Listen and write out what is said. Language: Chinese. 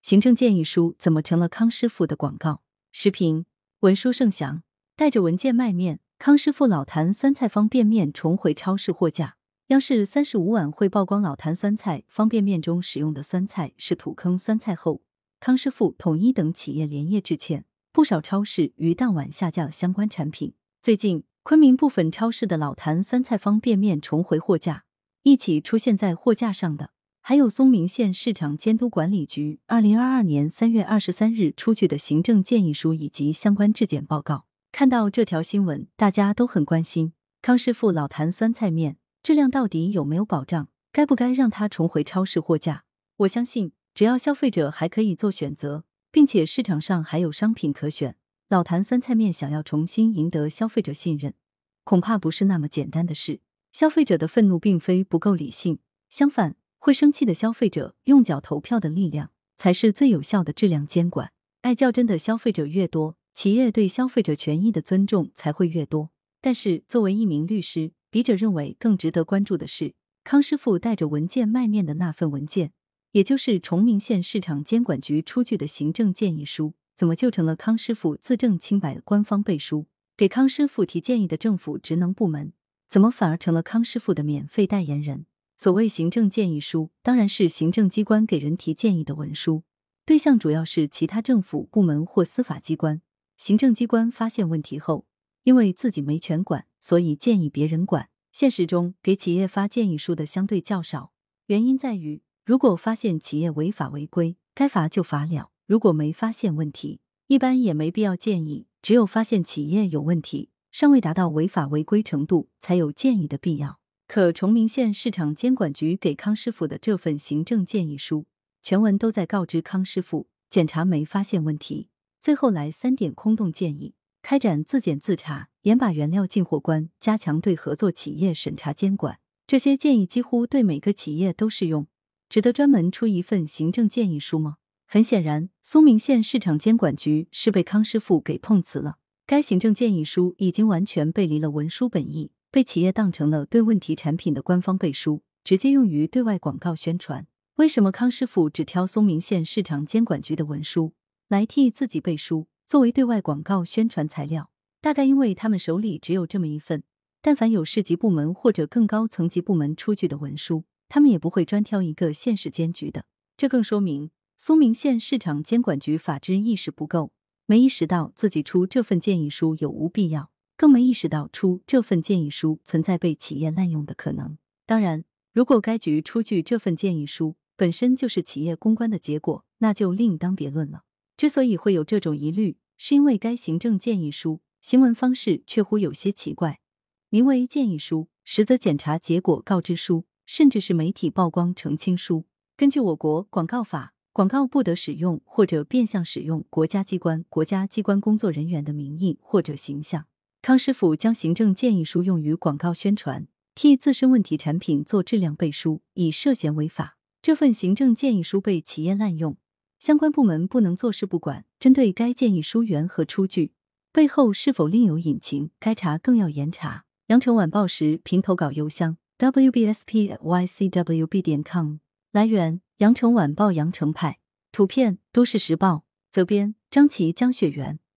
行政建议书怎么成了康师傅的广告？时评：文书盛祥，带着文件卖面，康师傅老坛酸菜方便面重回超市货架。央视35晚会曝光老坛酸菜方便面中使用的酸菜是土坑酸菜后，康师傅、统一等企业连夜致歉，不少超市于当晚下架相关产品。最近，昆明部分超市的老坛酸菜方便面重回货架，一起出现在货架上的还有松明县市场监督管理局2022年3月23日出具的行政建议书以及相关质检报告。看到这条新闻，大家都很关心康师傅老坛酸菜面质量到底有没有保障，该不该让它重回超市货架？我相信，只要消费者还可以做选择，并且市场上还有商品可选，老坛酸菜面想要重新赢得消费者信任，恐怕不是那么简单的事。消费者的愤怒并非不够理性，相反，会生气的消费者用脚投票的力量才是最有效的质量监管。爱较真的消费者越多，企业对消费者权益的尊重才会越多。但是作为一名律师，笔者认为更值得关注的是，康师傅带着文件卖面的那份文件，也就是崇明县市场监管局出具的行政建议书，怎么就成了康师傅自证清白的官方背书？给康师傅提建议的政府职能部门，怎么反而成了康师傅的免费代言人？所谓行政建议书，当然是行政机关给人提建议的文书，对象主要是其他政府部门或司法机关。行政机关发现问题后，因为自己没权管，所以建议别人管。现实中，给企业发建议书的相对较少，原因在于，如果发现企业违法违规，该罚就罚了；如果没发现问题，一般也没必要建议。只有发现企业有问题，尚未达到违法违规程度，才有建议的必要。可崇明县市场监管局给康师傅的这份行政建议书，全文都在告知康师傅，检查没发现问题，最后来3点空洞建议：开展自检自查，严把原料进货关，加强对合作企业审查监管。这些建议几乎对每个企业都适用，值得专门出一份行政建议书吗？很显然，松明县市场监管局是被康师傅给碰瓷了。该行政建议书已经完全背离了文书本意，被企业当成了对问题产品的官方背书，直接用于对外广告宣传。为什么康师傅只挑松明县市场监管局的文书来替自己背书，作为对外广告宣传材料？大概因为他们手里只有这么一份，但凡有市级部门或者更高层级部门出具的文书，他们也不会专挑一个县市监局的。这更说明松明县市场监管局法治意识不够，没意识到自己出这份建议书有无必要，更没意识到出这份建议书存在被企业滥用的可能。当然，如果该局出具这份建议书本身就是企业公关的结果，那就另当别论了。之所以会有这种疑虑，是因为该行政建议书行文方式确乎有些奇怪，名为建议书，实则检查结果告知书，甚至是媒体曝光澄清书。根据我国广告法，广告不得使用或者变相使用国家机关、国家机关工作人员的名义或者形象。康师傅将行政建议书用于广告宣传，替自身问题产品做质量背书，已涉嫌违法。这份行政建议书被企业滥用，相关部门不能坐视不管，针对该建议书源何出具，背后是否另有隐情，该查更要严查。羊城晚报时评投稿邮箱 wbsp@ycwb.com。 来源：羊城晚报羊城派，图片：都市时报，责编：张琪、江雪源。